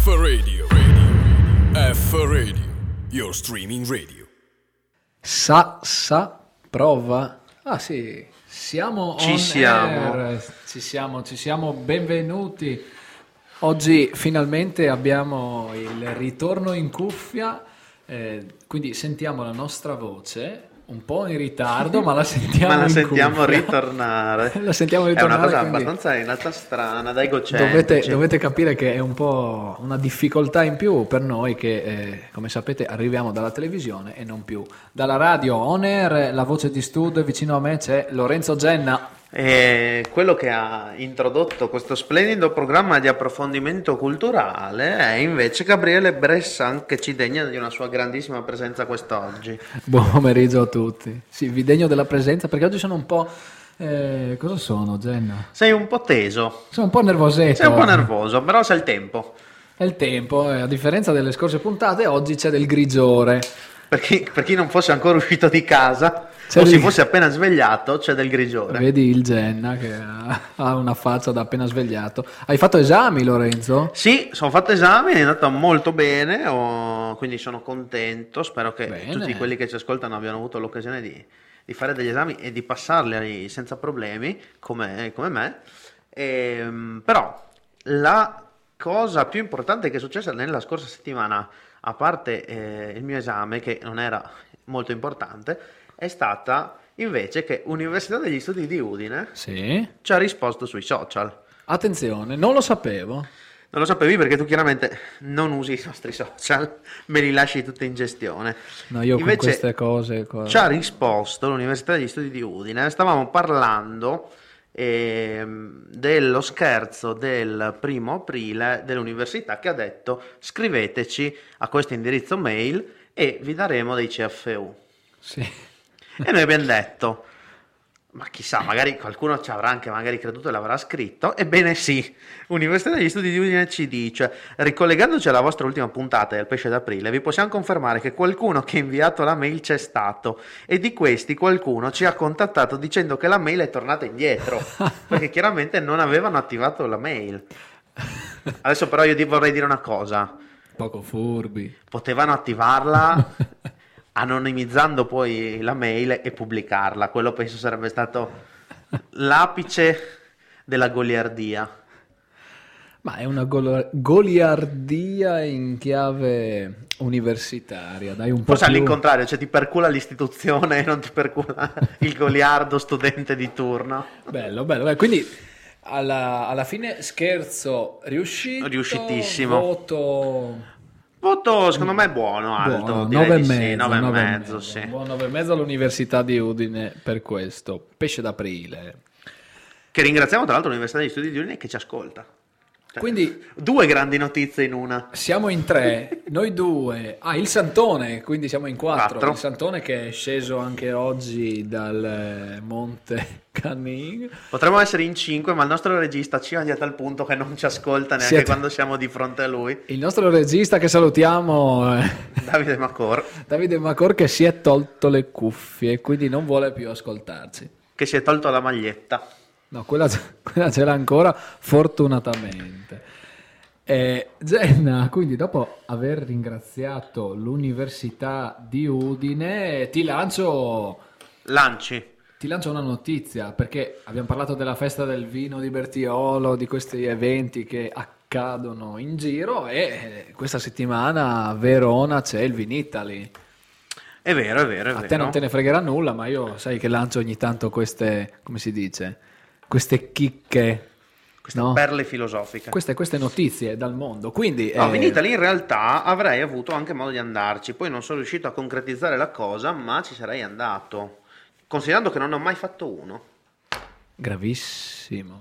F Radio. F Radio, your streaming radio. Prova. Ah sì, siamo Ci on siamo. air. Ci siamo, benvenuti. Oggi finalmente abbiamo il ritorno in cuffia, quindi sentiamo la nostra voce un po' in ritardo, ma la sentiamo in cuffia. Ritornare. La sentiamo ritornare. È una cosa quindi abbastanza in realtà strana, da egocentrici. dovete capire che è un po' una difficoltà in più per noi che, come sapete, arriviamo dalla televisione e non più dalla radio. On air, la voce di studio, e vicino a me c'è Lorenzo Genna. E quello che ha introdotto questo splendido programma di approfondimento culturale è invece Gabriele Bressan, che ci degna di una sua grandissima presenza quest'oggi. Buon pomeriggio a tutti. Sì, vi degno della presenza perché oggi sono un po'... cosa sono, Genna? Sei un po' teso, Sono un po' nervosetto. sei un po' nervoso, però c'è il tempo. È il tempo, a differenza delle scorse puntate, oggi c'è del grigiore. Per chi non fosse ancora uscito di casa C'è o si di- fosse appena svegliato, c'è del grigiore. Vedi il Genna che ha una faccia da appena svegliato. Hai fatto esami, Lorenzo? Sì, sono fatto esami, è andato molto bene, quindi sono contento, spero che Bene. tutti quelli che ci ascoltano abbiano avuto l'occasione di fare degli esami e di passarli senza problemi, come me. Però la cosa più importante che è successa nella scorsa settimana, a parte il mio esame, che non era molto importante, è stata invece che Università degli Studi di Udine Sì. ci ha risposto sui social. Attenzione, non lo sapevo. Non lo sapevi perché tu chiaramente non usi i nostri social, me li lasci tutti in gestione. No, io Invece con queste cose... ci ha risposto l'Università degli Studi di Udine, stavamo parlando dello scherzo del 1° aprile dell'università che ha detto scriveteci a questo indirizzo mail e vi daremo dei CFU. Sì. E noi abbiamo detto, ma chissà, magari qualcuno ci avrà anche magari creduto e l'avrà scritto. Ebbene sì, Università degli Studi di Udine ci dice, ricollegandoci alla vostra ultima puntata del Pesce d'Aprile, vi possiamo confermare che qualcuno che ha inviato la mail c'è stato e di questi qualcuno ci ha contattato dicendo che la mail è tornata indietro, perché chiaramente non avevano attivato la mail. Adesso però io vorrei dire una cosa, Poco furbi. potevano attivarla anonimizzando poi la mail e pubblicarla. Quello penso sarebbe stato l'apice della goliardia. Ma è una goliardia in chiave universitaria, dai, un po' Forse più... all'incontrario, cioè ti percula l'istituzione e non ti percula il goliardo studente di turno. Bello, bello. Quindi alla fine scherzo Riuscitissimo. Voto Voto secondo me buono, alto. buono, direi 9 e di sì, mezzo, 9 e 9 e mezzo, mezzo, sì. un buon 9 e mezzo all'Università di Udine per questo. Pesce d'Aprile. Che ringraziamo tra l'altro l'Università degli Studi di Udine che ci ascolta. Cioè, Quindi 2 grandi notizie in una. siamo in 3, noi 2. Ah, il Santone, quindi siamo in 4. 4. Il Santone che è sceso anche oggi dal Monte Canin. Potremmo essere in 5, ma il nostro regista ci odia a tal punto che non ci ascolta neanche Siete- quando siamo di fronte a lui. Il nostro regista che salutiamo, Davide Macor, Davide Macor, che si è tolto le cuffie, quindi non vuole più ascoltarci. che si è tolto la maglietta. No, quella ce l'ha ancora, fortunatamente. Genna, quindi dopo aver ringraziato l'Università di Udine, ti lancio una notizia, perché abbiamo parlato della festa del vino di Bertiolo, di questi eventi che accadono in giro, e questa settimana a Verona c'è il Vinitaly. È vero, è vero, è A vero. te non te ne fregherà nulla, ma io sai che lancio ogni tanto queste, come si dice, queste chicche, Queste no? perle filosofiche. Queste notizie dal mondo. Quindi, No, Vinitaly in realtà avrei avuto anche modo di andarci, poi non sono riuscito a concretizzare la cosa, ma ci sarei andato, considerando che non ne ho mai fatto uno. gravissimo.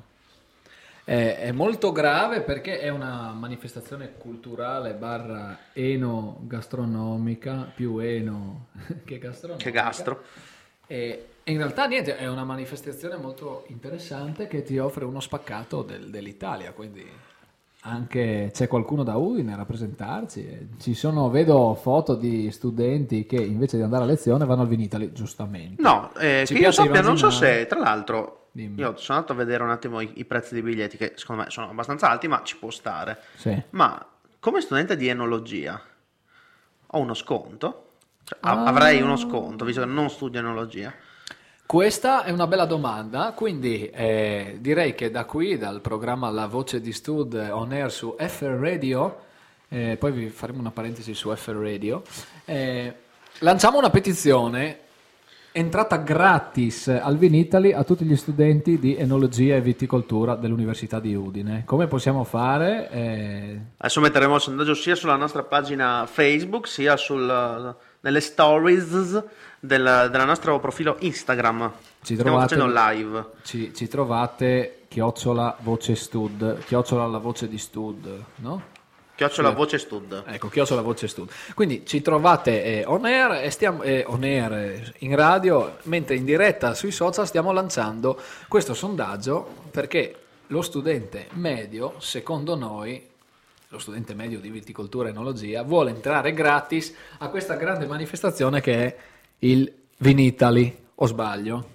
È molto grave perché è una manifestazione culturale barra enogastronomica, più eno che gastronomica. Che gastro. E in realtà niente, è una manifestazione molto interessante che ti offre uno spaccato dell'Italia, quindi anche c'è qualcuno da Udine a rappresentarci. Ci sono, vedo foto di studenti che invece di andare a lezione vanno al Vinitaly, giustamente. No, che Ci io piace sappia, non so immaginare. se, tra l'altro, Dimmi. io sono andato a vedere un attimo i prezzi dei biglietti, che secondo me sono abbastanza alti, ma ci può stare. Sì. Ma come studente di enologia ho uno sconto? Cioè, avrei uno sconto, visto che non studio enologia? Questa è una bella domanda, quindi direi che da qui, dal programma La Voce di Stud on air su FR Radio, poi vi faremo una parentesi su FR Radio, lanciamo una petizione, entrata gratis al Vinitaly a tutti gli studenti di enologia e viticoltura dell'Università di Udine. Come possiamo fare? Adesso metteremo il sondaggio sia sulla nostra pagina Facebook, sia nelle stories del nostro profilo Instagram. Stiamo facendo live. Ci trovate @voce stud, @ la voce di Stud, no? Voce Stud. Ecco, Voce Stud. Quindi ci trovate on air e stiamo on air in radio, mentre in diretta sui social stiamo lanciando questo sondaggio perché lo studente medio, secondo noi, lo studente medio di viticoltura e enologia, vuole entrare gratis a questa grande manifestazione che è il Vinitaly, o sbaglio?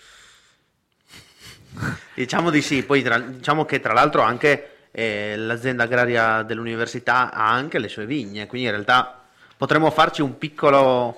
Diciamo di sì, poi diciamo che tra l'altro anche l'azienda agraria dell'università ha anche le sue vigne, quindi in realtà potremmo farci una piccola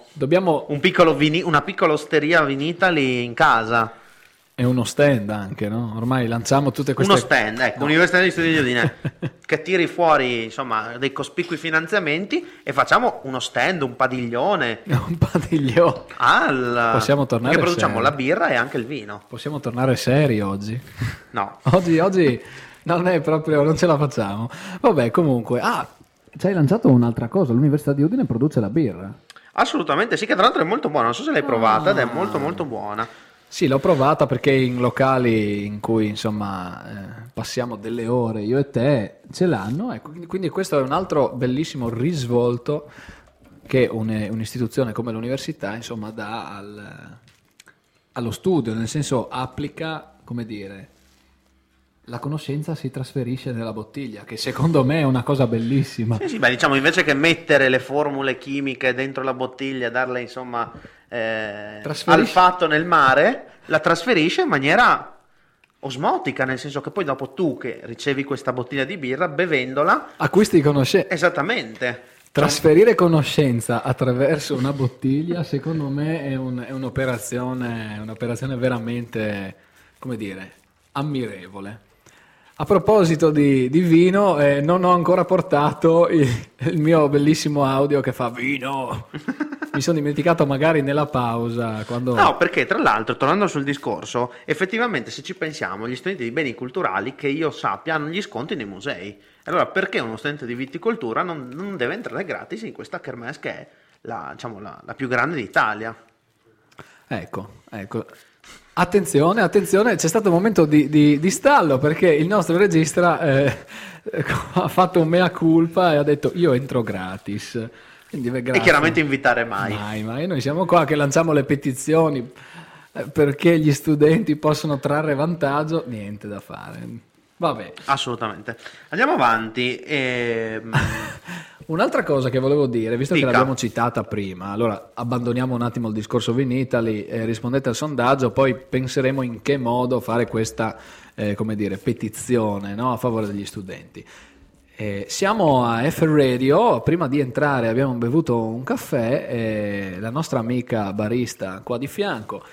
osteria Vinitaly in casa. E uno stand anche, no? Ormai lanciamo tutte queste... Uno stand, ecco, no. Università degli Studi di Udine, che tiri fuori, insomma, dei cospicui finanziamenti e facciamo uno stand, un padiglione. Un padiglione. Possiamo tornare che produciamo seri. La birra e anche il vino. Possiamo tornare seri oggi? No. Oggi non è proprio, non ce la facciamo. Vabbè, comunque. Ci hai lanciato un'altra cosa, l'Università di Udine produce la birra. Assolutamente, sì, che tra l'altro è molto buona, non so se l'hai provata ed è molto molto buona. Sì, l'ho provata perché in locali in cui insomma passiamo delle ore io e te ce l'hanno, ecco, quindi questo è un altro bellissimo risvolto che un'istituzione come l'università insomma dà allo studio, nel senso applica, come dire, la conoscenza si trasferisce nella bottiglia, che secondo me è una cosa bellissima. Sì, beh, diciamo, invece che mettere le formule chimiche dentro la bottiglia e darle insomma al fatto nel mare, la trasferisce in maniera osmotica, nel senso che poi dopo tu che ricevi questa bottiglia di birra, bevendola acquisti conoscenza. Esattamente. Trasferire conoscenza attraverso una bottiglia secondo me è un'operazione veramente, come dire, ammirevole. A proposito di vino, non ho ancora portato il mio bellissimo audio che fa vino. Mi sono dimenticato magari nella pausa. No, perché tra l'altro, tornando sul discorso, effettivamente se ci pensiamo, gli studenti di beni culturali, che io sappia, hanno gli sconti nei musei. Allora perché uno studente di viticoltura non deve entrare gratis in questa kermesse che è la più grande d'Italia? Ecco. Attenzione, c'è stato un momento di stallo perché il nostro regista ha fatto un mea culpa e ha detto io entro gratis. Quindi, e chiaramente invitare mai. Noi siamo qua che lanciamo le petizioni perché gli studenti possono trarre vantaggio, niente da fare. Vabbè. Assolutamente. Andiamo avanti. Un'altra cosa che volevo dire, visto che l'abbiamo citata prima, allora abbandoniamo un attimo il discorso Vinitaly, rispondete al sondaggio, poi penseremo in che modo fare questa petizione, no, a favore degli studenti. Siamo a FR Radio, prima di entrare abbiamo bevuto un caffè, la nostra amica barista qua di fianco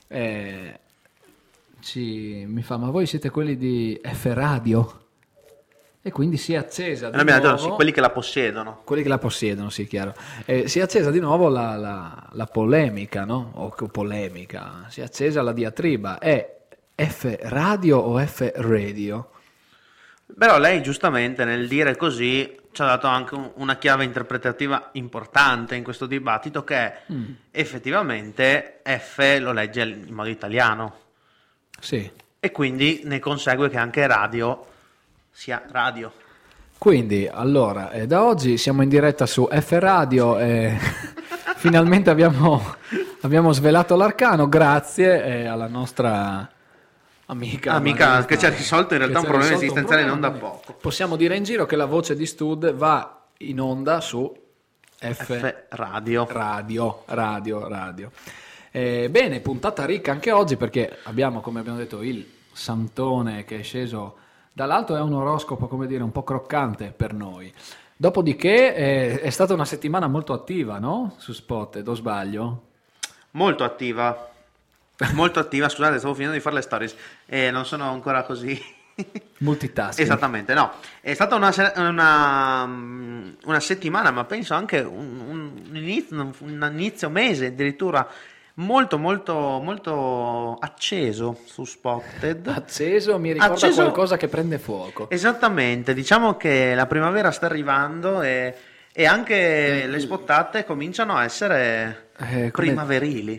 mi fa, ma voi siete quelli di FR Radio? E quindi si è accesa di nuovo... Sì, quelli che la possiedono. Quelli che la possiedono, sì, chiaro. Si è accesa di nuovo la polemica, no? O polemica, si è accesa la diatriba. È F Radio o F Radio? Però lei giustamente nel dire così ci ha dato anche una chiave interpretativa importante in questo dibattito, che è effettivamente F lo legge in modo italiano. Sì. E quindi ne consegue che anche radio sia radio. Quindi, allora, da oggi siamo in diretta su F Radio e finalmente abbiamo svelato l'arcano, grazie alla nostra amica che ci ha risolto in realtà un problema esistenziale non da poco. Possiamo dire in giro che la voce di Stud va in onda su F Radio. Radio. Bene, puntata ricca anche oggi perché abbiamo, come abbiamo detto, il Santone che è sceso dall'alto, è un oroscopo, come dire, un po' croccante per noi. Dopodiché è stata una settimana molto attiva, no? Su Spotted, o sbaglio? Molto attiva. Molto attiva, scusate, stavo finendo di fare le stories e non sono ancora così multitasking. Esattamente, no. È stata una settimana, ma penso anche un inizio mese addirittura molto molto molto acceso su Spotted. Acceso mi ricorda qualcosa che prende fuoco. Esattamente, diciamo che la primavera sta arrivando e anche le spottate cominciano a essere primaverili.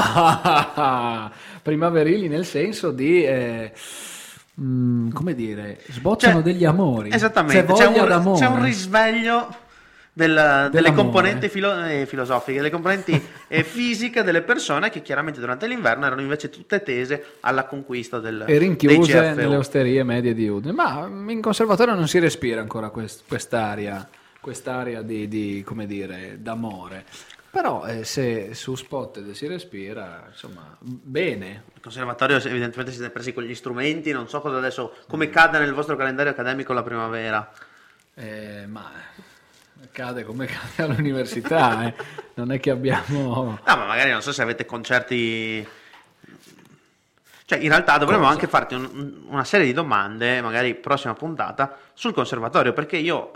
Primaverili nel senso di come dire, sbocciano degli amori. Esattamente, c'è un risveglio delle componenti filosofiche, delle componenti fisiche delle persone che chiaramente durante l'inverno erano invece tutte tese alla conquista e rinchiuse nelle osterie medie di Udine. Ma in conservatorio non si respira ancora quest'aria di come dire, d'amore. Però se su Spotted si respira, insomma, bene. Il conservatorio evidentemente siete presi con gli strumenti, non so cosa adesso, come cade nel vostro calendario accademico la primavera. Ma cade come cade all'università, non è che abbiamo... No, ma magari non so se avete concerti... Cioè, in realtà dovremmo anche farti una serie di domande, magari prossima puntata, sul conservatorio, perché io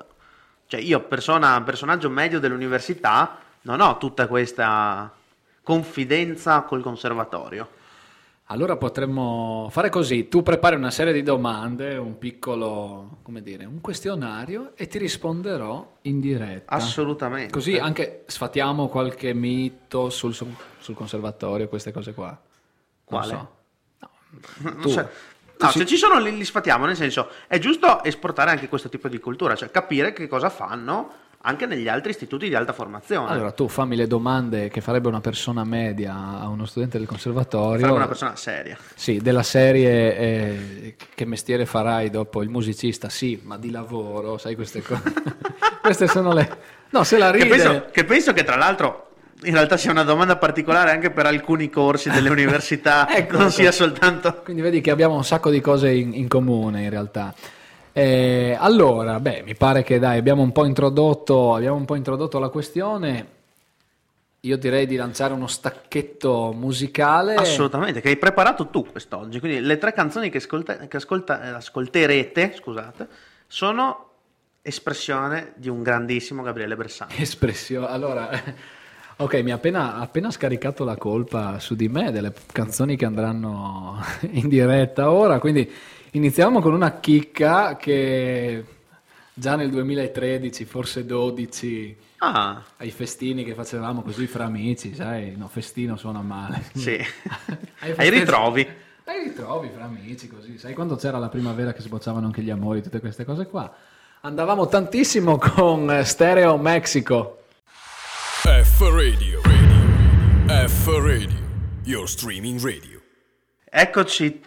personaggio medio dell'università, non ho tutta questa confidenza col conservatorio. Allora potremmo fare così: tu prepari una serie di domande, un piccolo, come dire, un questionario, e ti risponderò in diretta. Assolutamente. Così anche sfatiamo qualche mito sul conservatorio, queste cose qua. Quale? Non so. Non so. Se ci sono li sfatiamo, nel senso, è giusto esportare anche questo tipo di cultura, cioè capire che cosa fanno anche negli altri istituti di alta formazione. Allora tu fammi le domande che farebbe una persona media a uno studente del conservatorio. Farebbe una persona seria. Sì, della serie che mestiere farai dopo il musicista? Sì, ma di lavoro, sai queste cose. Queste sono le... No, se la ride... Che penso che tra l'altro in realtà sia una domanda particolare anche per alcuni corsi delle università, non sia soltanto... Quindi vedi che abbiamo un sacco di cose in comune in realtà. Allora, mi pare che abbiamo un po' introdotto la questione. Io direi di lanciare uno stacchetto musicale. Assolutamente, che hai preparato tu quest'oggi. Quindi le 3 canzoni che ascolterete, scusate, sono espressione di un grandissimo Gabriele Bersani. Espressione, allora... Ok, mi ha appena scaricato la colpa su di me delle canzoni che andranno in diretta ora, quindi iniziamo con una chicca che già nel 2013, forse 12, ai festini che facevamo così fra amici, sai, no, festino suona male. Sì, ai ritrovi. Ai ritrovi fra amici, così, sai, quando c'era la primavera che sbocciavano anche gli amori, tutte queste cose qua. Andavamo tantissimo con Stereo Mexico. F-Radio, F-Radio, your streaming radio. Eccoci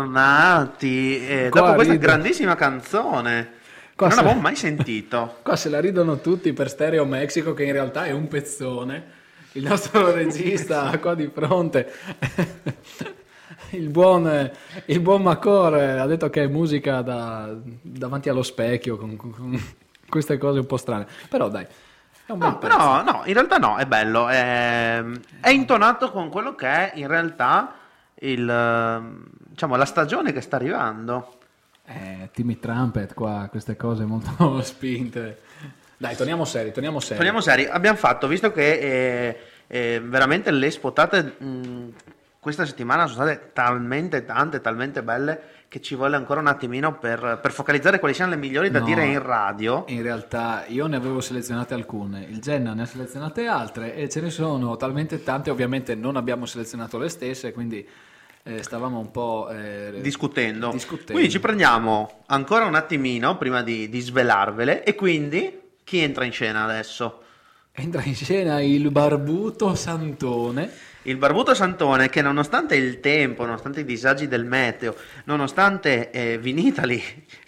tornati dopo questa grandissima canzone che non avevo mai sentito. Qua se la ridono tutti per Stereo Mexico, che in realtà è un pezzone. Il nostro regista qua di fronte, il buon Macor, ha detto che è musica davanti allo specchio con queste cose un po' strane. Però dai, è un bel pezzo. Però no, in realtà no, è bello, è intonato con quello che è in realtà la stagione che sta arrivando. Timmy Trumpet qua, queste cose molto spinte. Dai, torniamo seri. Abbiamo fatto, visto che veramente le spottate questa settimana sono state talmente tante, talmente belle, che ci vuole ancora un attimino per focalizzare quali siano le migliori da dire in radio. In realtà io ne avevo selezionate alcune, il Genna ne ha selezionate altre e ce ne sono talmente tante, ovviamente non abbiamo selezionato le stesse, quindi stavamo un po' discutendo. Quindi ci prendiamo ancora un attimino prima di svelarvele, e quindi chi entra in scena adesso? Entra in scena il Barbuto Santone. Il Barbuto Santone, che nonostante il tempo, nonostante i disagi del meteo, nonostante Vinitali,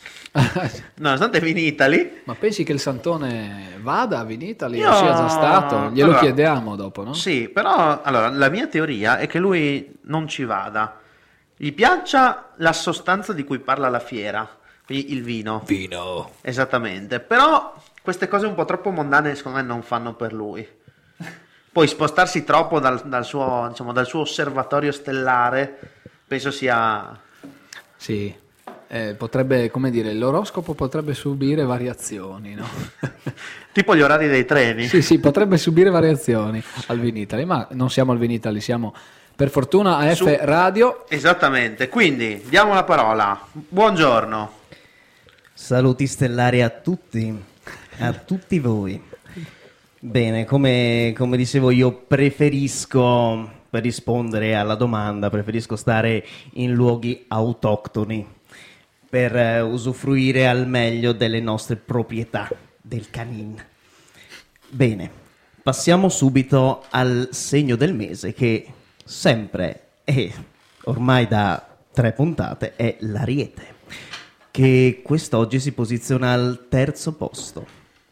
Ma pensi che il Santone vada a Vinitali o sia già stato? Glielo chiediamo dopo, no? Sì, però allora, la mia teoria è che lui non ci vada. Gli piaccia la sostanza di cui parla la fiera, quindi il vino. Vino. Esattamente, però queste cose un po' troppo mondane secondo me non fanno per lui. Poi spostarsi troppo dal suo, diciamo, dal suo osservatorio stellare penso sia... Sì, potrebbe, come dire, l'oroscopo potrebbe subire variazioni, no? Tipo gli orari dei treni. Sì, potrebbe subire variazioni al Vinitaly, ma non siamo al Vinitaly, siamo per fortuna a F Radio. Esattamente, quindi diamo la parola. Buongiorno. Saluti stellari a tutti voi. Bene, come dicevo io preferisco, per rispondere alla domanda, preferisco stare in luoghi autoctoni per usufruire al meglio delle nostre proprietà del canin. Bene, passiamo subito al segno del mese che sempre e ormai da 3 puntate è l'Ariete, che quest'oggi si posiziona al terzo posto.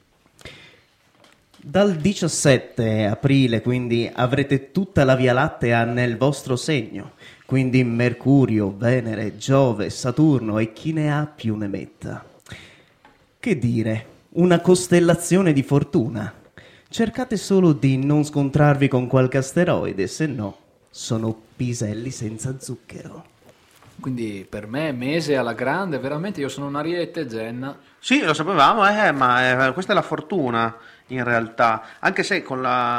Dal 17 aprile, quindi, avrete tutta la Via Lattea nel vostro segno, quindi Mercurio, Venere, Giove, Saturno e chi ne ha più ne metta. Che dire, una costellazione di fortuna. Cercate solo di non scontrarvi con qualche asteroide, se no sono piselli senza zucchero. Quindi per me mese alla grande, veramente io sono un Ariete, Jenna. Sì, lo sapevamo, ma questa è la fortuna in realtà, anche se con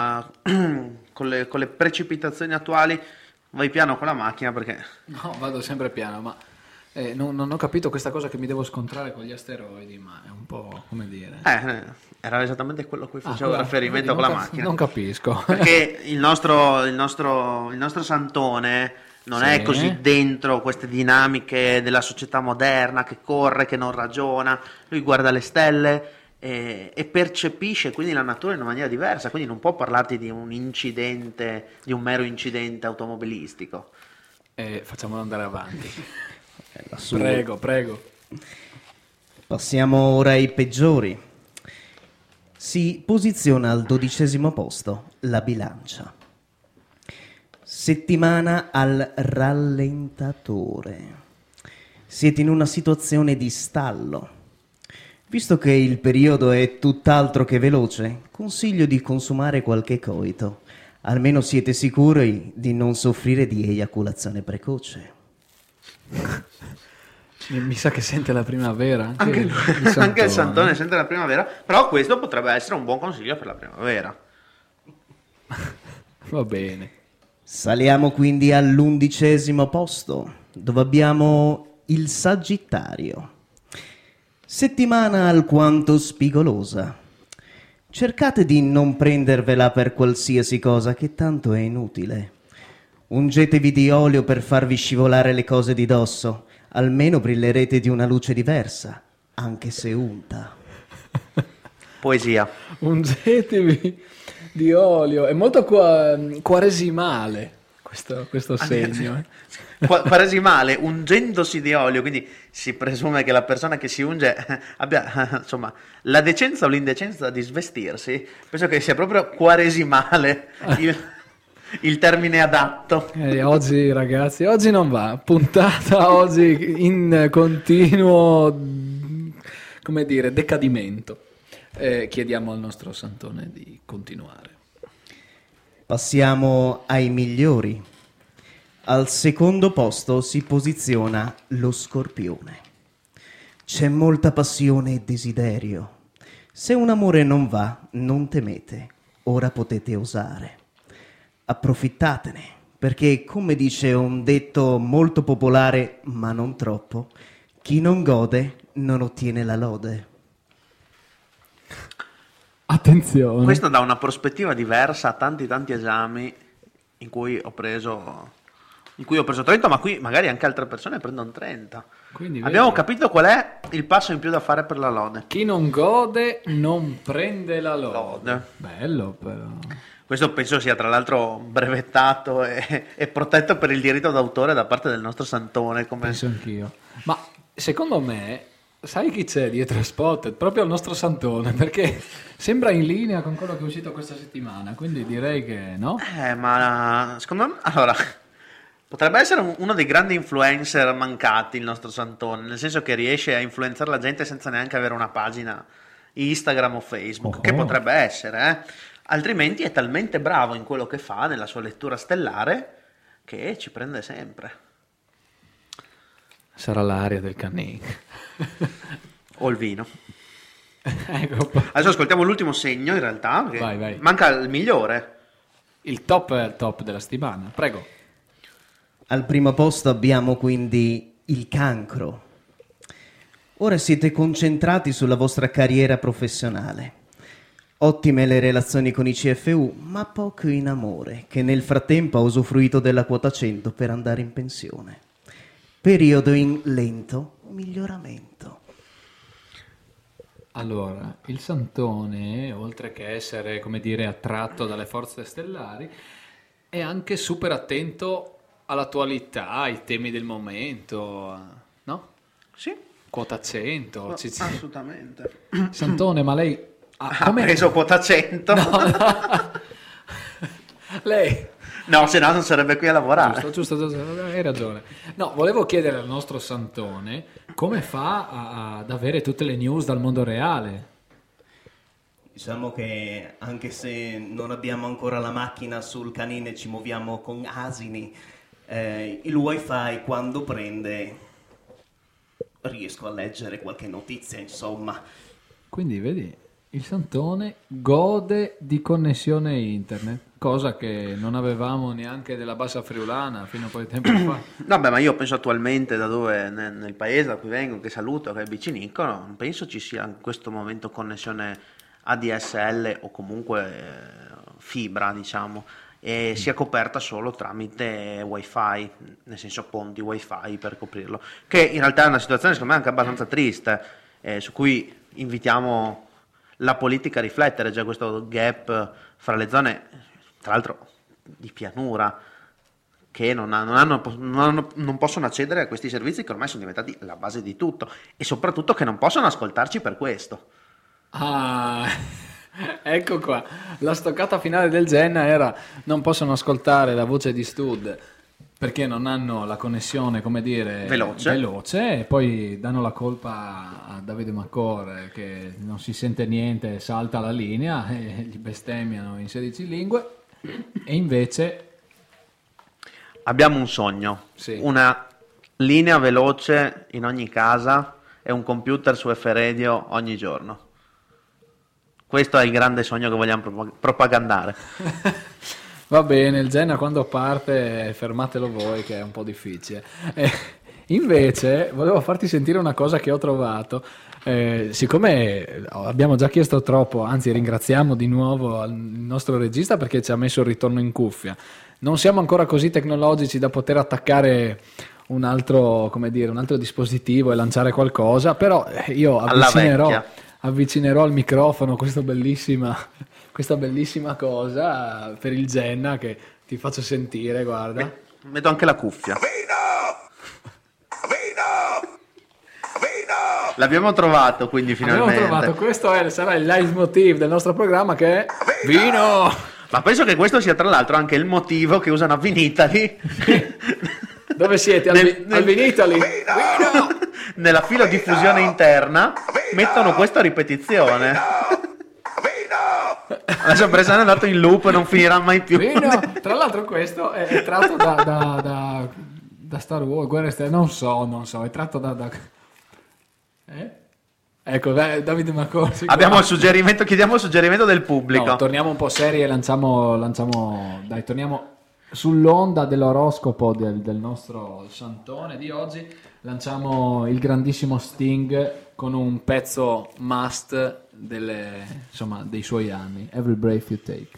le precipitazioni attuali vai piano con la macchina perché... No, vado sempre piano, ma non ho capito questa cosa che mi devo scontrare con gli asteroidi, ma è un po' come dire... era esattamente quello a cui facevo riferimento con la macchina. Non capisco. Perché il nostro santone non è così dentro queste dinamiche della società moderna che corre, che non ragiona, lui guarda le stelle e percepisce quindi la natura in una maniera diversa, quindi non può parlarti di un incidente, di un mero incidente automobilistico. Facciamolo andare avanti. Prego. Passiamo ora ai peggiori. Si posiziona al 12° posto la Bilancia. Settimana al rallentatore. Siete in una situazione di stallo. Visto che il periodo è tutt'altro che veloce, consiglio di consumare qualche coito. Almeno siete sicuri di non soffrire di eiaculazione precoce. Mi sa che sente la primavera. Anche il santone sente la primavera, però questo potrebbe essere un buon consiglio per la primavera. Va bene. Saliamo quindi all'11° posto, dove abbiamo il Sagittario. Settimana alquanto spigolosa. Cercate di non prendervela per qualsiasi cosa, che tanto è inutile. Ungetevi di olio per farvi scivolare le cose di dosso, almeno brillerete di una luce diversa, anche se unta. Poesia. Ungetevi di olio, è molto quaresimale questo segno. Quaresimale, ungendosi di olio, quindi si presume che la persona che si unge abbia insomma la decenza o l'indecenza di svestirsi. Penso che sia proprio quaresimale il termine adatto. Oggi ragazzi, oggi non va, puntata oggi in continuo, come dire, decadimento. Chiediamo al nostro santone di continuare. Passiamo ai migliori. Al 2° posto si posiziona lo Scorpione. C'è molta passione e desiderio. Se un amore non va, non temete, ora potete osare. Approfittatene, perché come dice un detto molto popolare, ma non troppo, chi non gode non ottiene la lode. Attenzione. Questo dà una prospettiva diversa a tanti esami in cui ho preso 30, ma qui magari anche altre persone prendono 30. Quindi, abbiamo capito qual è il passo in più da fare per la lode. Chi non gode non prende la lode. Bello però. Questo penso sia tra l'altro brevettato e protetto per il diritto d'autore da parte del nostro santone. Penso anch'io. Ma secondo me, sai chi c'è dietro Spotted? Proprio il nostro santone, perché sembra in linea con quello che è uscito questa settimana, quindi direi che no? Ma secondo me, allora, potrebbe essere uno dei grandi influencer mancati il nostro santone, nel senso che riesce a influenzare la gente senza neanche avere una pagina Instagram o Facebook, che potrebbe essere, altrimenti è talmente bravo in quello che fa, nella sua lettura stellare, che ci prende sempre. Sarà l'aria del Canning. O il vino. Ecco. Adesso ascoltiamo l'ultimo segno, in realtà, perché Vai. manca il migliore. Il top è il top della settimana, prego. Al primo posto abbiamo quindi il cancro. Ora siete concentrati sulla vostra carriera professionale. Ottime le relazioni con i CFU, ma poco in amore, che nel frattempo ha usufruito della quota 100 per andare in pensione. Periodo in lento miglioramento. Allora, il Santone, oltre che essere, come dire, attratto dalle forze stellari, è anche super attento all'attualità, ai temi del momento, no? Sì. Quota 100, No, assolutamente. Santone, ma lei Ha preso quota 100? No. Lei... No, se no non sarebbe qui a lavorare. Giusto, hai ragione. No, volevo chiedere al nostro Santone come fa ad avere tutte le news dal mondo reale. Diciamo che anche se non abbiamo ancora la macchina sul canine, ci muoviamo con asini, il wifi quando prende riesco a leggere qualche notizia, insomma. Quindi vedi, il Santone gode di connessione internet, cosa che non avevamo neanche della Bassa Friulana fino a poco tempo fa. Vabbè, ma io penso attualmente da dove, nel paese da cui vengo, che saluto, che è vicinico, non penso ci sia in questo momento connessione ADSL o comunque fibra, diciamo, e sia coperta solo tramite wifi, nel senso ponti wifi per coprirlo, che in realtà è una situazione secondo me anche abbastanza triste, su cui invitiamo la politica a riflettere. Già questo gap fra le zone, tra l'altro di pianura, che non possono accedere a questi servizi che ormai sono diventati la base di tutto, e soprattutto che non possono ascoltarci per questo. Ah, ecco qua, la stoccata finale del Genna era: non possono ascoltare la voce di Stud perché non hanno la connessione, come dire, veloce, e poi danno la colpa a Davide Macor che non si sente niente, salta la linea e gli bestemmiano in 16 lingue. E invece abbiamo un sogno, sì, una linea veloce in ogni casa e un computer su F-Radio ogni giorno. Questo è il grande sogno che vogliamo propagandare. Va bene, il Genna quando parte fermatelo voi, che è un po' difficile. Invece volevo farti sentire una cosa che ho trovato. Siccome abbiamo già chiesto troppo, anzi ringraziamo di nuovo il nostro regista perché ci ha messo il ritorno in cuffia. Non siamo ancora così tecnologici da poter attaccare un altro, come dire, un altro dispositivo e lanciare qualcosa, però io avvicinerò al microfono questa bellissima cosa per il Genna, che ti faccio sentire, guarda. Metto anche la cuffia. L'abbiamo trovato, quindi finalmente. Questo sarà il leitmotiv del nostro programma, che è Vino! Ma penso che questo sia tra l'altro anche il motivo che usano a Vinitali. Dove siete? Al Vinitali? Vino! Nella filodiffusione interna mettono questa ripetizione. Adesso Bresano è andato in loop e non finirà mai più. Vino! Tra l'altro questo è tratto da Star Wars, Guerre Stellari, non so, è tratto da... Ecco, Davide Macorsi. Abbiamo il suggerimento, chiediamo il suggerimento del pubblico. No, torniamo un po' seri e lanciamo, dai, torniamo sull'onda dell'oroscopo del nostro Santone di oggi. Lanciamo il grandissimo Sting con un pezzo must dei suoi anni, Every Breath You Take.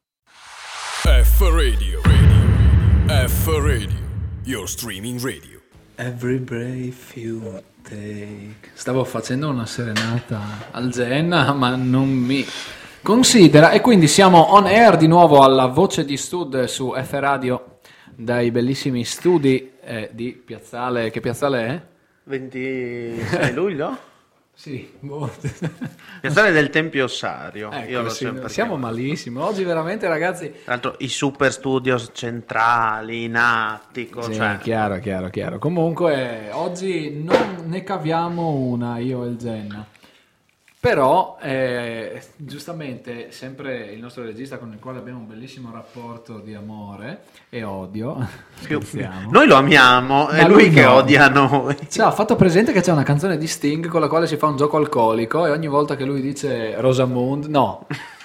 F-Radio, F-Radio, your streaming radio. Every breath you take. Stavo facendo una serenata al Genna, ma non mi considera, e quindi siamo on air di nuovo alla Voce di Stud su F Radio dai bellissimi studi di Piazzale. Che piazzale è? 26 luglio? Sì, Piazzale del Tempio Ossario. Ecco, Io siamo malissimo oggi, veramente, ragazzi. Tra l'altro i super studios centrali in attico, sì, cioè... chiaro. Comunque oggi non ne caviamo una, io e il Genna. Però, giustamente, sempre il nostro regista con il quale abbiamo un bellissimo rapporto di amore e odio, noi lo amiamo, è lui che odia noi. Ci ha fatto presente che c'è una canzone di Sting con la quale si fa un gioco alcolico e ogni volta che lui dice Rosamund, no,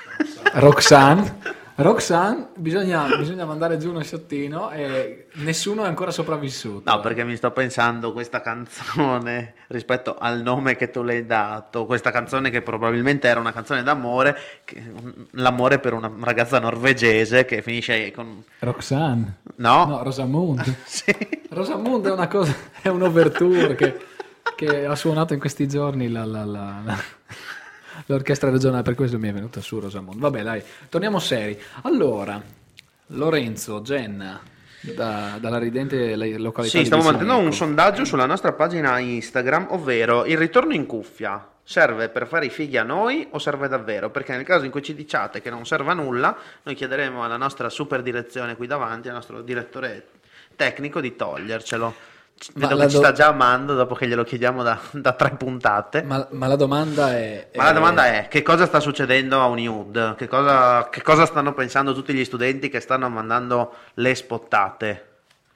Roxanne, bisogna mandare giù uno sciottino e nessuno è ancora sopravvissuto. No, perché mi sto pensando questa canzone rispetto al nome che tu le hai dato, questa canzone che probabilmente era una canzone d'amore, l'amore per una ragazza norvegese che finisce con... Roxanne? No, Rosamund. Sì. Rosamund è una cosa, è un overture che ha suonato in questi giorni l'orchestra regionale, per questo mi è venuta su Rosamond. Vabbè, dai, torniamo seri. Allora, Lorenzo, Genna, dalla ridente località sì, di stiamo Bissonico. mettendo un sondaggio sulla nostra pagina Instagram, ovvero il ritorno in cuffia serve per fare i fighi a noi o serve davvero? Perché nel caso in cui ci diciate che non serve a nulla, noi chiederemo alla nostra super direzione qui davanti, al nostro direttore tecnico, di togliercelo. Vedo che ci sta già amando dopo che glielo chiediamo da 3 puntate. Ma la domanda è... Ma la domanda è: che cosa sta succedendo a Unihood? Che cosa stanno pensando tutti gli studenti che stanno mandando le spottate?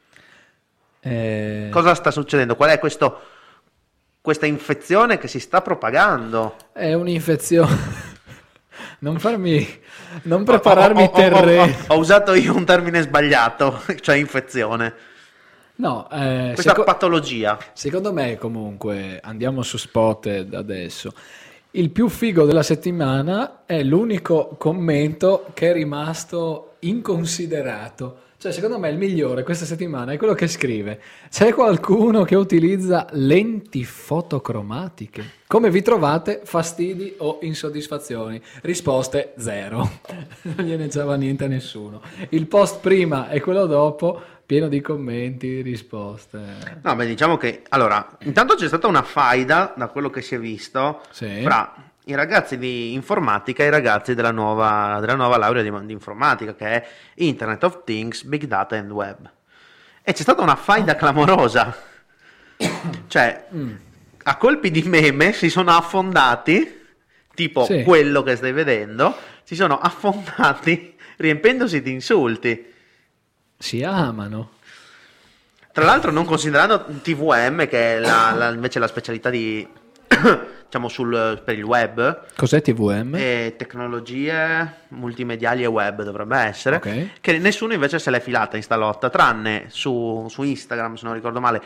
Cosa sta succedendo? Qual è questa infezione che si sta propagando? È un'infezione. Non prepararmi terreno. Ho usato io un termine sbagliato, cioè infezione. No, questa patologia. Secondo me, comunque, andiamo su Spotted adesso. Il più figo della settimana è l'unico commento che è rimasto inconsiderato. Cioè, secondo me il migliore questa settimana è quello che scrive: c'è qualcuno che utilizza lenti fotocromatiche? Come vi trovate? Fastidi o insoddisfazioni? Risposte 0. Non gliene c'era niente a nessuno. Il post prima e quello dopo pieno di commenti, risposte. No, beh, diciamo che allora, intanto c'è stata una faida, da quello che si è visto, sì, fra i ragazzi di informatica e i ragazzi della nuova laurea di informatica, che è Internet of Things, Big Data and Web. E c'è stata una faida clamorosa. Cioè, a colpi di meme si sono affondati, tipo sì, quello che stai vedendo, si sono affondati riempendosi di insulti. Si amano. Tra l'altro non considerando TVM, che è invece la specialità di diciamo per il web. Cos'è TVM? Tecnologie multimediali e web dovrebbe essere, okay, che nessuno invece se l'è filata in sta lotta, tranne su Instagram, se non ricordo male,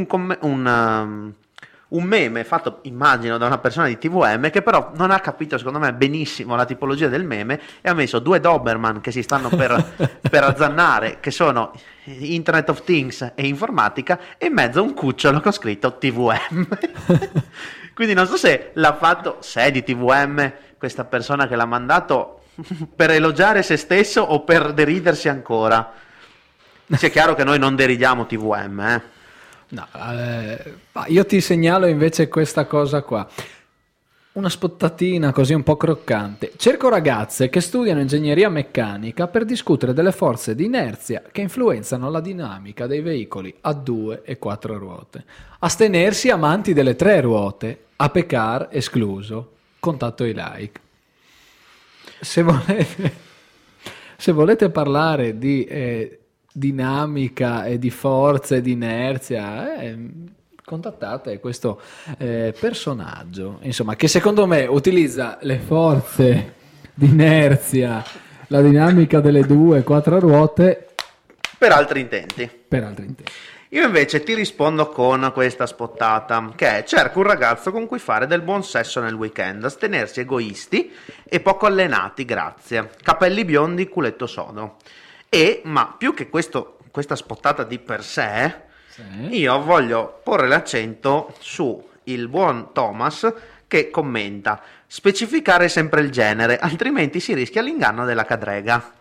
un meme fatto, immagino, da una persona di TVM che però non ha capito, secondo me, benissimo la tipologia del meme e ha messo 2 Doberman che si stanno per azzannare, che sono Internet of Things e informatica, e in mezzo un cucciolo con scritto TVM. Quindi non so se l'ha fatto, se è di TVM questa persona che l'ha mandato per elogiare se stesso o per deridersi ancora. Sia chiaro che noi non deridiamo TVM, No, io ti segnalo invece questa cosa qua. Una spottatina così un po' croccante. Cerco ragazze che studiano ingegneria meccanica per discutere delle forze di inerzia che influenzano la dinamica dei veicoli a 2 e 4 ruote. Astenersi amanti delle 3 ruote, Apecar escluso. Contatto i like. Se volete parlare di dinamica e di forze di inerzia, contattate questo personaggio, insomma, che secondo me utilizza le forze di inerzia, la dinamica delle 2-4 ruote per altri intenti. Io invece ti rispondo con questa spottata, che è: cerco un ragazzo con cui fare del buon sesso nel weekend, astenersi egoisti e poco allenati, grazie, capelli biondi, culetto sodo. Ma più che questa spottata di per sé, sì, io voglio porre l'accento su il buon Thomas che commenta: specificare sempre il genere, altrimenti si rischia l'inganno della cadrega.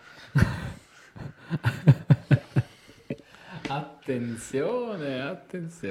Attenzione.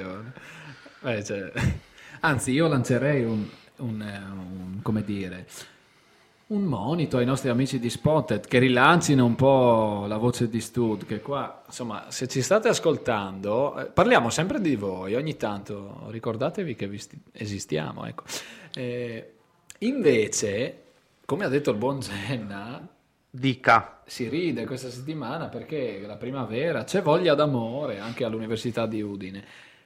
Anzi, io lancerei come dire, un monito ai nostri amici di Spotted, che rilancino un po' la voce di Stud, che qua, insomma, se ci state ascoltando, parliamo sempre di voi, ogni tanto ricordatevi che esistiamo, ecco. Invece, come ha detto il buon Genna, Dica. si ride questa settimana perché la primavera c'è voglia d'amore anche all'Università di Udine.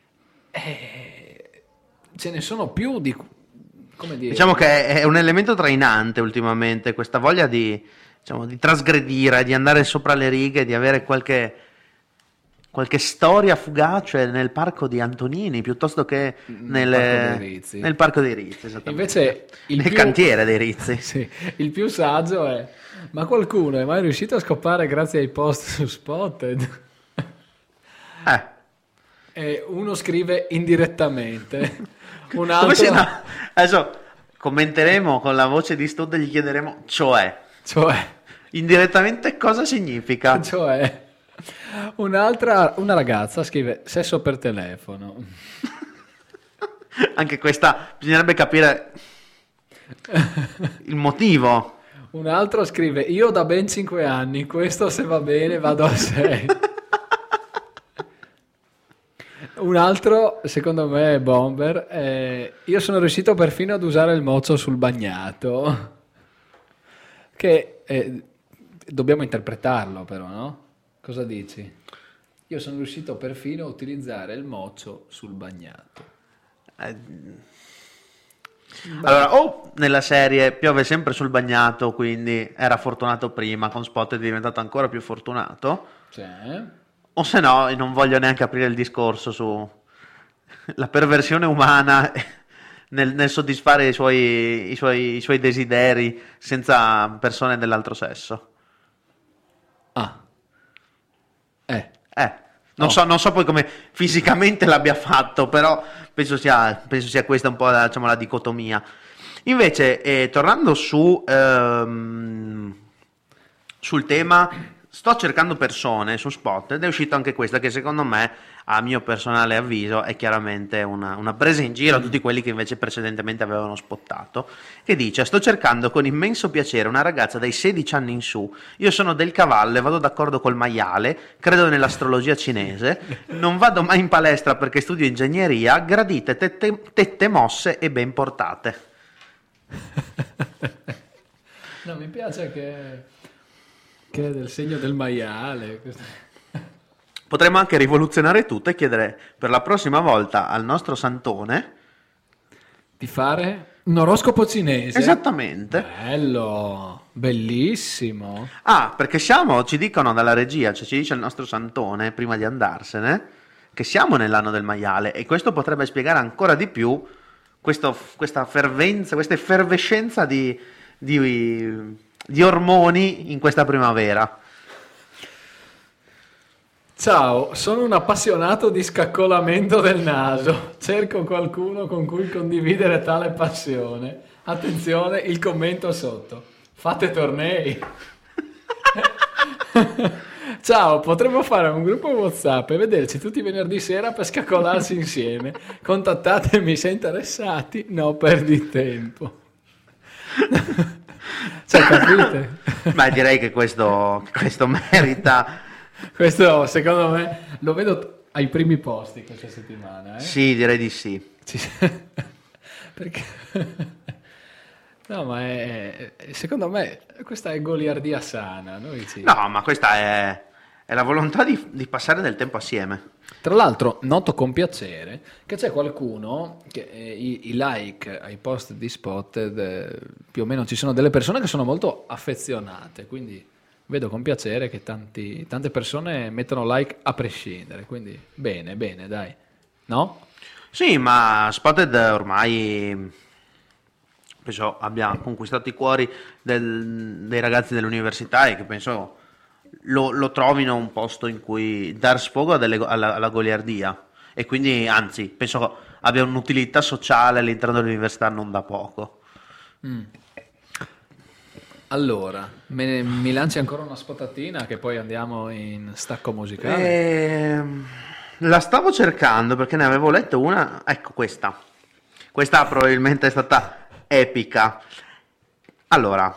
Ce ne sono più di... come dire... Diciamo che è un elemento trainante ultimamente, questa voglia di trasgredire, di andare sopra le righe, di avere qualche storia fugace nel parco di Antonini piuttosto che nel parco dei Rizzi, esattamente. Invece nel cantiere dei Rizzi. Sì, il più saggio è: ma qualcuno è mai riuscito a scopare grazie ai post su Spotted? E uno scrive indirettamente, un altro... Adesso commenteremo con la voce di Stud e gli chiederemo cioè indirettamente cosa significa. Cioè, una ragazza scrive sesso per telefono. Anche questa bisognerebbe capire il motivo. Un altro scrive: io da ben 5 anni, questo se va bene vado a 6. Un altro, secondo me, è Bomber. Io sono riuscito perfino ad usare il mocio sul bagnato. Che dobbiamo interpretarlo, però, no? Cosa dici? Io sono riuscito perfino a utilizzare il mocio sul bagnato. Allora, o nella serie piove sempre sul bagnato, quindi era fortunato prima, con Spot è diventato ancora più fortunato. O se no, non voglio neanche aprire il discorso su la perversione umana nel soddisfare i suoi desideri senza persone dell'altro sesso. Non so poi come fisicamente l'abbia fatto, però penso sia questa un po' la dicotomia. Invece, tornando sul tema, sto cercando persone su Spot ed è uscita anche questa che secondo me, a mio personale avviso, è chiaramente una presa in giro a tutti quelli che invece precedentemente avevano spottato, che dice: sto cercando con immenso piacere una ragazza dai 16 anni in su, io sono del cavallo e vado d'accordo col maiale, credo nell'astrologia cinese, non vado mai in palestra perché studio ingegneria, gradite tette mosse e ben portate. No, mi piace che è del segno del maiale. Potremmo anche rivoluzionare tutto e chiedere per la prossima volta al nostro Santone di fare un oroscopo cinese. Esattamente. Bello, bellissimo. Perché ci dicono dalla regia, cioè ci dice il nostro Santone prima di andarsene, che siamo nell'anno del maiale e questo potrebbe spiegare ancora di più questa fervenza, questa effervescenza di ormoni in questa primavera. Ciao, sono un appassionato di scaccolamento del naso. Cerco qualcuno con cui condividere tale passione. Attenzione, il commento sotto. Fate tornei. Ciao, potremmo fare un gruppo WhatsApp e vederci tutti i venerdì sera per scaccolarsi insieme. Contattatemi se interessati, no perdi tempo. Cioè, capite? Beh, direi che questo merita. Questo, secondo me, lo vedo ai primi posti questa settimana. Sì, direi di sì. Perché... No, ma secondo me questa è goliardia sana. No, ma questa è la volontà di passare del tempo assieme. Tra l'altro noto con piacere che c'è qualcuno che i like ai post di Spotted, più o meno ci sono delle persone che sono molto affezionate, quindi vedo con piacere che tante persone mettono like a prescindere, quindi bene, dai, no? Sì, ma Spotted ormai penso abbia conquistato i cuori dei ragazzi dell'università e che penso lo trovino un posto in cui dar sfogo alla goliardia e quindi anzi penso abbia un'utilità sociale all'interno dell'università non da poco. Allora, mi lanci ancora una spottatina che poi andiamo in stacco musicale? La stavo cercando perché ne avevo letto una, ecco questa probabilmente è stata epica. Allora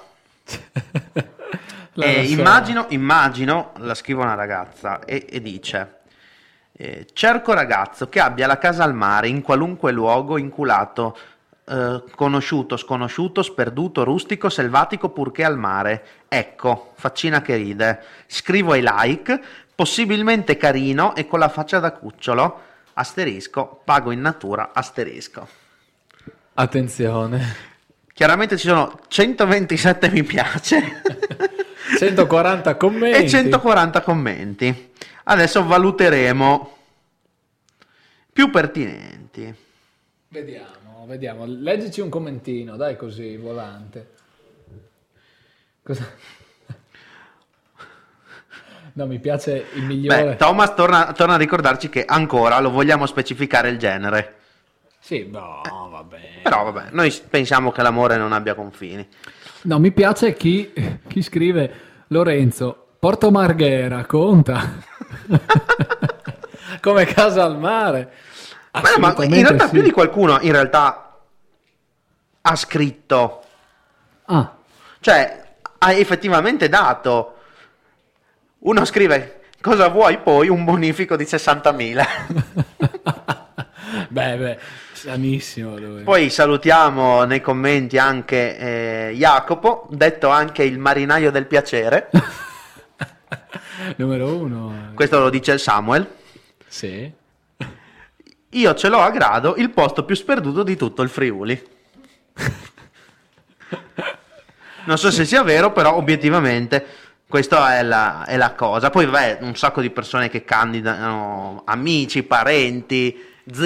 immagino, la scrive una ragazza e dice: cerco ragazzo che abbia la casa al mare in qualunque luogo inculato conosciuto, sconosciuto, sperduto, rustico, selvatico, purché al mare. Ecco, faccina che ride. Scrivo ai like, possibilmente carino e con la faccia da cucciolo. Asterisco, pago in natura, asterisco. Attenzione. Chiaramente ci sono 127 mi piace 140 commenti e 140 commenti. Adesso valuteremo più pertinenti. Vediamo. Leggici un commentino, dai, così, volante. Cosa? No, mi piace il migliore. Beh, Thomas torna a ricordarci che ancora lo vogliamo specificare il genere. Sì, no, va bene. Però vabbè, noi pensiamo che l'amore non abbia confini. No, mi piace chi scrive: Lorenzo, Porto Marghera, conta? Come casa al mare. Ma in realtà più di qualcuno in realtà ha scritto. Cioè, ha effettivamente dato. Uno scrive: cosa vuoi poi? Un bonifico di 60.000. Beh, sanissimo lui. Poi salutiamo nei commenti anche Jacopo, detto anche il marinaio del piacere. Numero 1. Questo lo dice Samuel. Sì. Io ce l'ho a Grado, il posto più sperduto di tutto il Friuli. Non so se sia vero, però obiettivamente questa è la cosa. Poi vabbè, un sacco di persone che candidano, amici, parenti,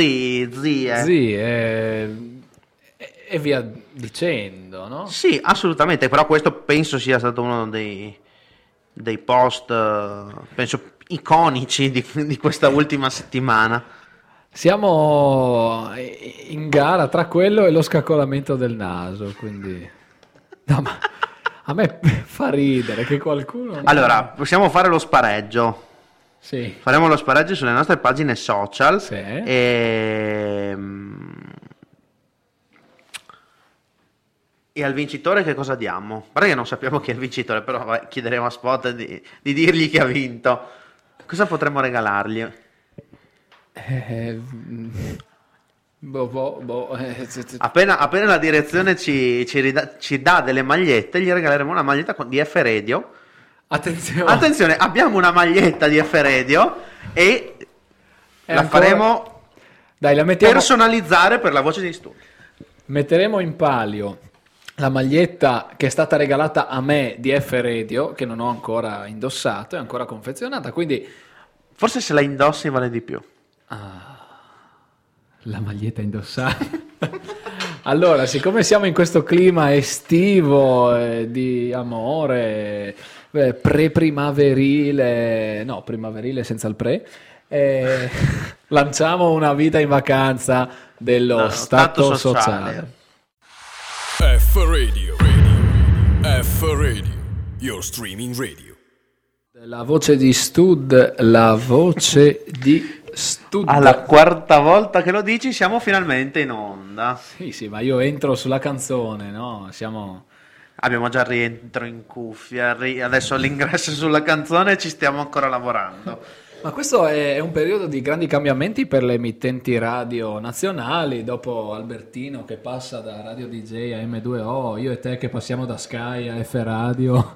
zie. E via dicendo, no? Sì, assolutamente, però questo penso sia stato uno dei post, penso, iconici di questa ultima settimana. Siamo in gara tra quello e lo scaccolamento del naso, quindi... No, ma a me fa ridere che qualcuno... Allora, possiamo fare lo spareggio. Sì. Faremo lo spareggio sulle nostre pagine social. Sì. E al vincitore che cosa diamo? Guarda che non sappiamo chi è il vincitore, però vabbè, chiederemo a Spot di dirgli chi ha vinto. Cosa potremmo regalargli? Appena la direzione ci dà delle magliette, gli regaleremo una maglietta di F Radio. Attenzione, abbiamo una maglietta di F Radio e la faremo la mettiamo... personalizzare per la voce di studio. Metteremo in palio la maglietta che è stata regalata a me di F Radio, che non ho ancora indossato, è ancora confezionata, quindi forse se la indossi vale di più. La maglietta indossata. Allora, siccome siamo in questo clima estivo di amore, pre-primaverile, no, primaverile senza il pre, lanciamo una vita in vacanza dello stato sociale. F Radio, your streaming radio. La voce di Stud, la voce di Stud. Alla quarta volta che lo dici siamo finalmente in onda. Sì, ma io entro sulla canzone, no? Abbiamo già il rientro in cuffia, adesso l'ingresso sulla canzone, ci stiamo ancora lavorando. Ma questo è un periodo di grandi cambiamenti per le emittenti radio nazionali, dopo Albertino che passa da Radio DJ a M2O, io e te che passiamo da Sky a F Radio.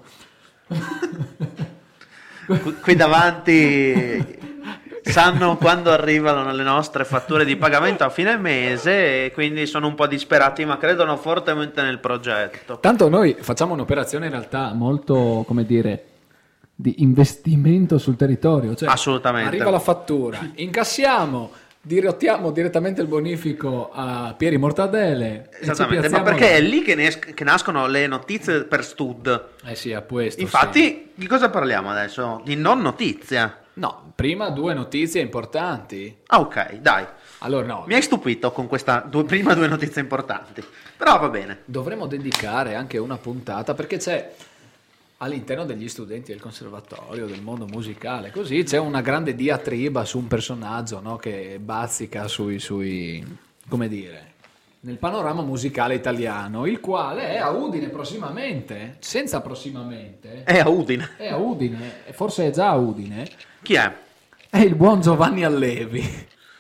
Qui davanti sanno quando arrivano le nostre fatture di pagamento a fine mese e quindi sono un po' disperati, ma credono fortemente nel progetto. Tanto noi facciamo un'operazione in realtà molto, come dire, di investimento sul territorio, cioè assolutamente. Arriva la fattura, incassiamo, dirottiamo direttamente il bonifico a Pieri Mortadelle. Esattamente, ma perché è lì che nascono le notizie per Stud. Sì, a questo. Infatti, sì. Di cosa parliamo adesso? Di non notizia. No, prima due notizie importanti. Ah, ok, dai. Allora, no. Mi hai stupito con questa prima due notizie importanti. Però va bene. Dovremmo dedicare anche una puntata perché c'è all'interno degli studenti del conservatorio, del mondo musicale, così c'è una grande diatriba su un personaggio, no, che bazzica sui come dire, nel panorama musicale italiano, il quale è a Udine prossimamente, senza prossimamente. È a Udine. È a Udine, forse è già a Udine. Chi è? È il buon Giovanni Allevi.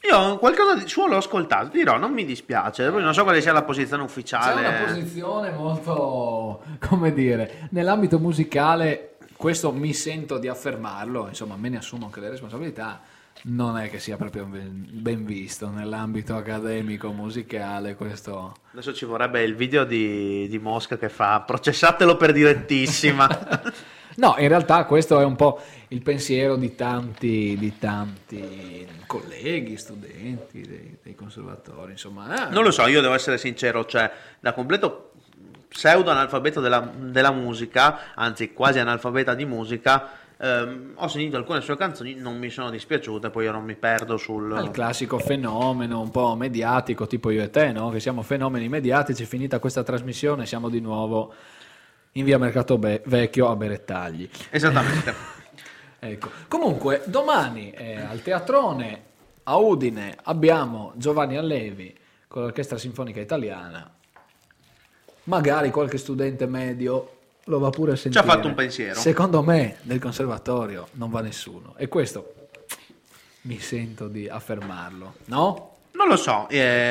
Io qualcosa di suo l'ho ascoltato, dirò, non mi dispiace, poi non so quale sia la posizione ufficiale. C'è una posizione molto, come dire, nell'ambito musicale, questo mi sento di affermarlo, insomma me ne assumo anche le responsabilità, non è che sia proprio ben visto nell'ambito accademico musicale questo. Adesso ci vorrebbe il video di Mosca che fa processatelo per direttissima. No, in realtà questo è un po' il pensiero di tanti colleghi, studenti dei conservatori, insomma. Non lo so, io devo essere sincero, cioè da completo pseudo analfabeto della musica, anzi quasi analfabeta di musica, ho sentito alcune sue canzoni, non mi sono dispiaciute, poi io non mi perdo Il classico fenomeno un po' mediatico, tipo io e te, no? Che siamo fenomeni mediatici, finita questa trasmissione siamo di nuovo in via Mercato Vecchio a Berettagli. Esattamente. Ecco. Comunque, domani al Teatrone a Udine abbiamo Giovanni Allevi con l'Orchestra Sinfonica Italiana. Magari qualche studente medio lo va pure a sentire. Ci ha fatto un pensiero. Secondo me nel conservatorio non va nessuno. E questo mi sento di affermarlo, no? Non lo so.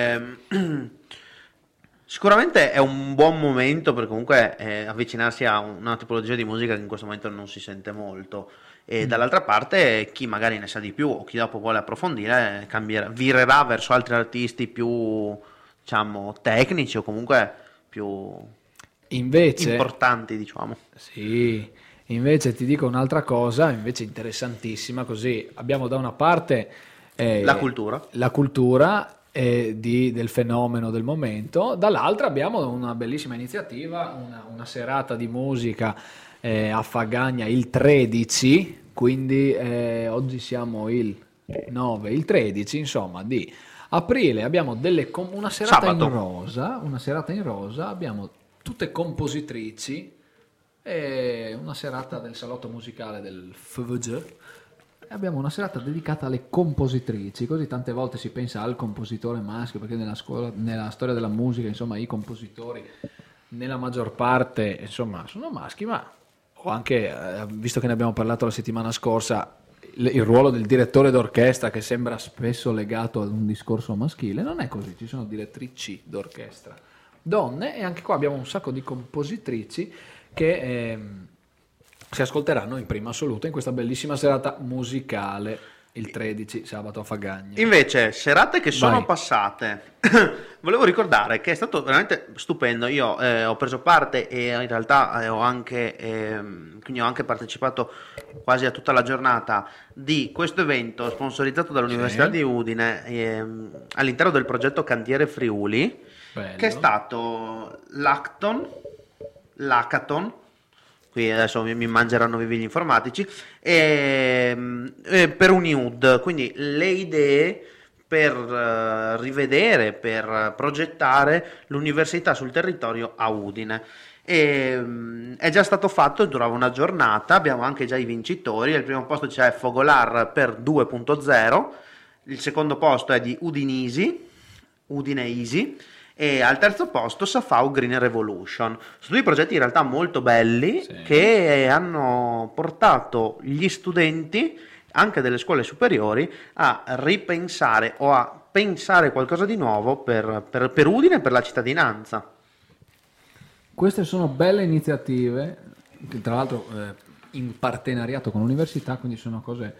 Sicuramente è un buon momento per comunque avvicinarsi a una tipologia di musica che in questo momento non si sente molto. E dall'altra parte chi magari ne sa di più o chi dopo vuole approfondire virerà verso altri artisti più, diciamo, tecnici o comunque più importanti, diciamo. Sì, invece ti dico un'altra cosa, invece interessantissima, così abbiamo da una parte la cultura del fenomeno del momento, dall'altra abbiamo una bellissima iniziativa, una serata di musica a Fagagna il 13, quindi oggi siamo il 9, il 13 insomma di aprile abbiamo una serata in rosa, abbiamo tutte compositrici, una serata del salotto musicale del FVG. Abbiamo una serata dedicata alle compositrici, così tante volte si pensa al compositore maschio, perché nella storia della musica, insomma, i compositori nella maggior parte, insomma, sono maschi, ma o anche, visto che ne abbiamo parlato la settimana scorsa, il ruolo del direttore d'orchestra che sembra spesso legato ad un discorso maschile, non è così, ci sono direttrici d'orchestra donne e anche qua abbiamo un sacco di compositrici che si ascolteranno in prima assoluta in questa bellissima serata musicale il 13 sabato a Fagagna. Invece serate che sono passate, volevo ricordare che è stato veramente stupendo. Io ho preso parte e in realtà quindi ho anche partecipato quasi a tutta la giornata di questo evento sponsorizzato dall'Università di Udine all'interno del progetto Cantiere Friuli. Bello. Che è stato l'hackathon, qui adesso mi mangeranno vivi gli informatici, per Uniud, quindi le idee per rivedere, per progettare l'università sul territorio a Udine. È già stato fatto, durava una giornata, abbiamo anche già i vincitori. Al primo posto c'è Fogolar per 2.0, il secondo posto è di Udine Easy, e al terzo posto Safau Green Revolution. Sono due progetti in realtà molto belli, sì, che hanno portato gli studenti anche delle scuole superiori a ripensare o a pensare qualcosa di nuovo per Udine e per la cittadinanza. Queste sono belle iniziative, che tra l'altro in partenariato con l'università, quindi sono cose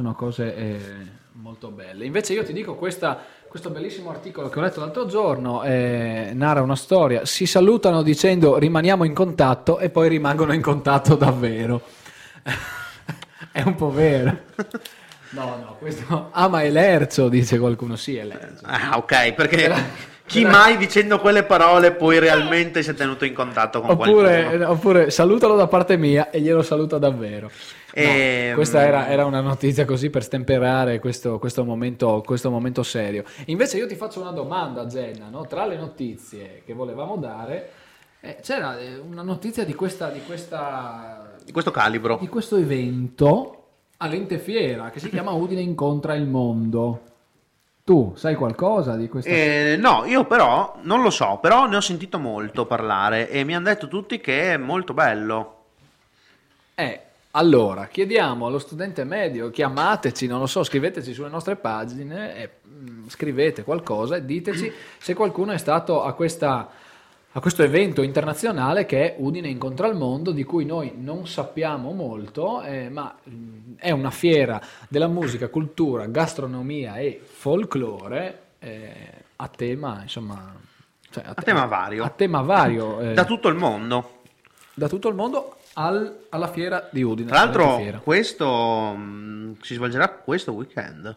molto belle. Invece io ti dico questo bellissimo articolo che ho letto l'altro giorno, narra una storia, si salutano dicendo rimaniamo in contatto e poi rimangono in contatto davvero. È un po' vero. No, questo ma è Lerzo, dice qualcuno. Sì, è Lerzo. Ah, ok, perché chi mai dicendo quelle parole poi realmente si è tenuto in contatto con qualcuno? Oppure salutalo da parte mia e glielo saluta davvero. No, questa era una notizia così per stemperare questo momento serio. Invece io ti faccio una domanda, Jenna, no? Tra le notizie che volevamo dare c'era una notizia di questo calibro, di questo evento all'Ente Fiera che si chiama Udine incontra il mondo. Tu sai qualcosa di questo? No, io però non lo so, però ne ho sentito molto parlare e mi hanno detto tutti che è molto bello. Allora, chiediamo allo studente medio, chiamateci, non lo so, scriveteci sulle nostre pagine, scrivete qualcosa e diteci se qualcuno è stato a questo evento internazionale che è Udine incontra il mondo, di cui noi non sappiamo molto, ma è una fiera della musica, cultura, gastronomia e folklore a tema, insomma, cioè a tema vario. A tema vario. Da tutto il mondo. Da tutto il mondo alla fiera di Udine. Tra l'altro questo si svolgerà questo weekend.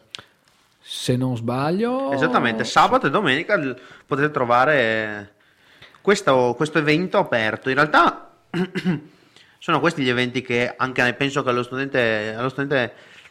Se non sbaglio. Esattamente, sabato e domenica potete trovare questo evento aperto. In realtà sono questi gli eventi che anche penso che allo studente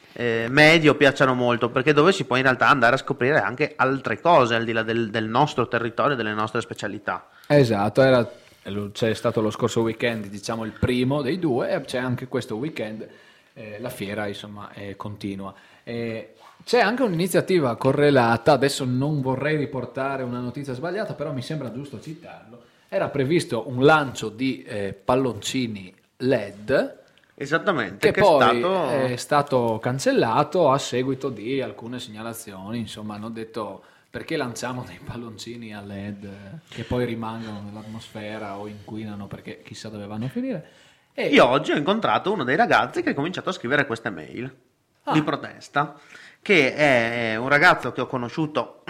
medio piacciono molto, perché dove si può in realtà andare a scoprire anche altre cose al di là del nostro territorio, delle nostre specialità. Esatto, c'è stato lo scorso weekend, diciamo il primo dei due, e c'è anche questo weekend, la fiera insomma continua. C'è anche un'iniziativa correlata, adesso non vorrei riportare una notizia sbagliata, però mi sembra giusto citarlo. Era previsto un lancio di palloncini LED, esattamente, che poi è stato cancellato a seguito di alcune segnalazioni, insomma hanno detto: perché lanciamo dei palloncini a LED che poi rimangono nell'atmosfera o inquinano, perché chissà dove vanno a finire. Io oggi ho incontrato uno dei ragazzi che ha cominciato a scrivere queste mail di protesta, che è un ragazzo che ho conosciuto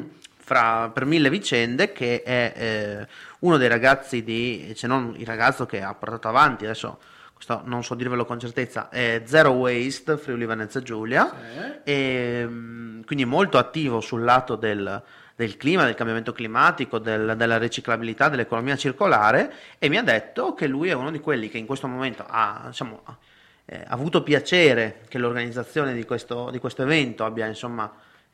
per mille vicende, che è uno dei ragazzi se non il ragazzo che ha portato avanti, adesso questo non so dirvelo con certezza, è Zero Waste Friuli Venezia Giulia, e quindi molto attivo sul lato del clima, del cambiamento climatico, della riciclabilità, dell'economia circolare, e mi ha detto che lui è uno di quelli che in questo momento ha avuto piacere che l'organizzazione di questo evento abbia insomma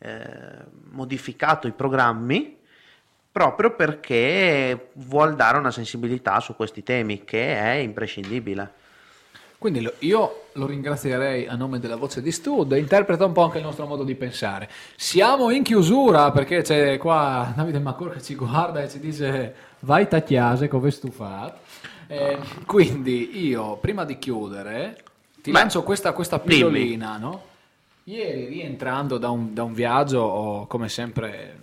modificato i programmi, proprio perché vuol dare una sensibilità su questi temi che è imprescindibile. Quindi io lo ringrazierei a nome della Voce di Stud, interpreta un po' anche il nostro modo di pensare. Siamo in chiusura, perché c'è qua Davide Macor che ci guarda e ci dice: vai Tacchiase, come stufato. Quindi io, prima di chiudere, ti lancio questa pillolina, no? Ieri, rientrando da un viaggio, come sempre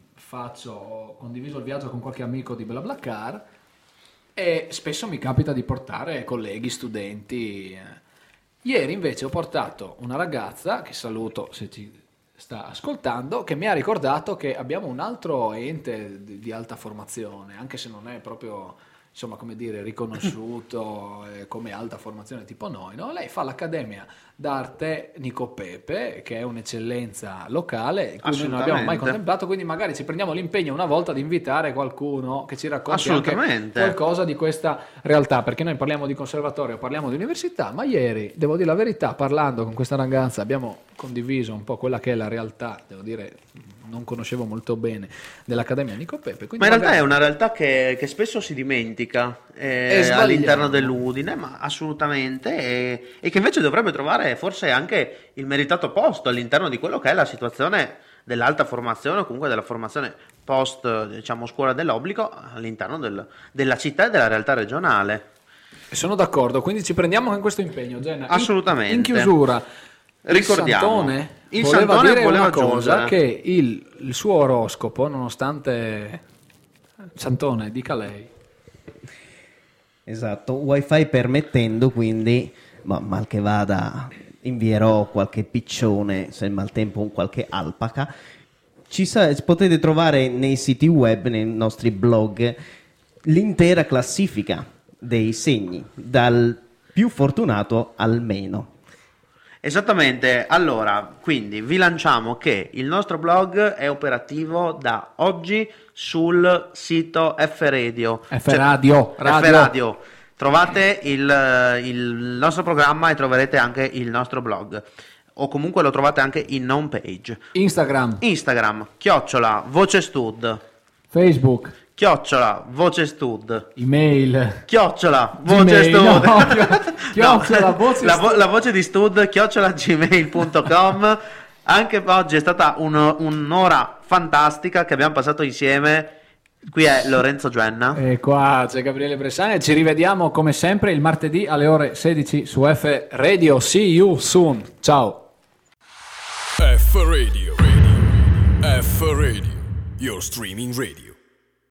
ho condiviso il viaggio con qualche amico di BlaBlaCar, e spesso mi capita di portare colleghi, studenti. Ieri invece ho portato una ragazza, che saluto se ci sta ascoltando, che mi ha ricordato che abbiamo un altro ente di alta formazione, anche se non è proprio, insomma, come dire, riconosciuto come alta formazione tipo noi, no? Lei fa l'Accademia d'Arte Nico Pepe, che è un'eccellenza locale, cui noi non abbiamo mai contemplato, quindi magari ci prendiamo l'impegno una volta di invitare qualcuno che ci racconti anche qualcosa di questa realtà, perché noi parliamo di conservatorio, parliamo di università, ma ieri, devo dire la verità, parlando con questa ragazza abbiamo condiviso un po' quella che è la realtà, devo dire, non conoscevo molto bene, dell'Accademia Nico Pepe. Ma in realtà è una realtà che spesso si dimentica all'interno dell'Udine, ma assolutamente, e che invece dovrebbe trovare forse anche il meritato posto all'interno di quello che è la situazione dell'alta formazione, o comunque della formazione post, diciamo, scuola dell'obbligo all'interno della città e della realtà regionale. Sono d'accordo, quindi ci prendiamo anche questo impegno, Genna. Assolutamente. In chiusura, ricordiamo, il Santone voleva dire una cosa, che il suo oroscopo, nonostante... Santone, dica lei. Esatto, wifi permettendo, quindi, ma mal che vada, invierò qualche piccione, se il maltempo qualche alpaca. Potete trovare nei siti web, nei nostri blog, l'intera classifica dei segni, dal più fortunato al meno. Esattamente, allora, quindi vi lanciamo che il nostro blog è operativo da oggi sul sito F-Radio. F-Radio. Trovate il nostro programma e troverete anche il nostro blog, o comunque lo trovate anche in home page. Instagram, @vocestud, Facebook, @vocestud, email, @vocestud, no, la voce di stud, @gmail.com. Anche oggi è stata un'ora fantastica che abbiamo passato insieme, Qui è Lorenzo Genna. E qua c'è Gabriele Bressani. Ci rivediamo come sempre il martedì alle ore 16 su F Radio. See you soon. Ciao. F Radio. F Radio. Your streaming radio.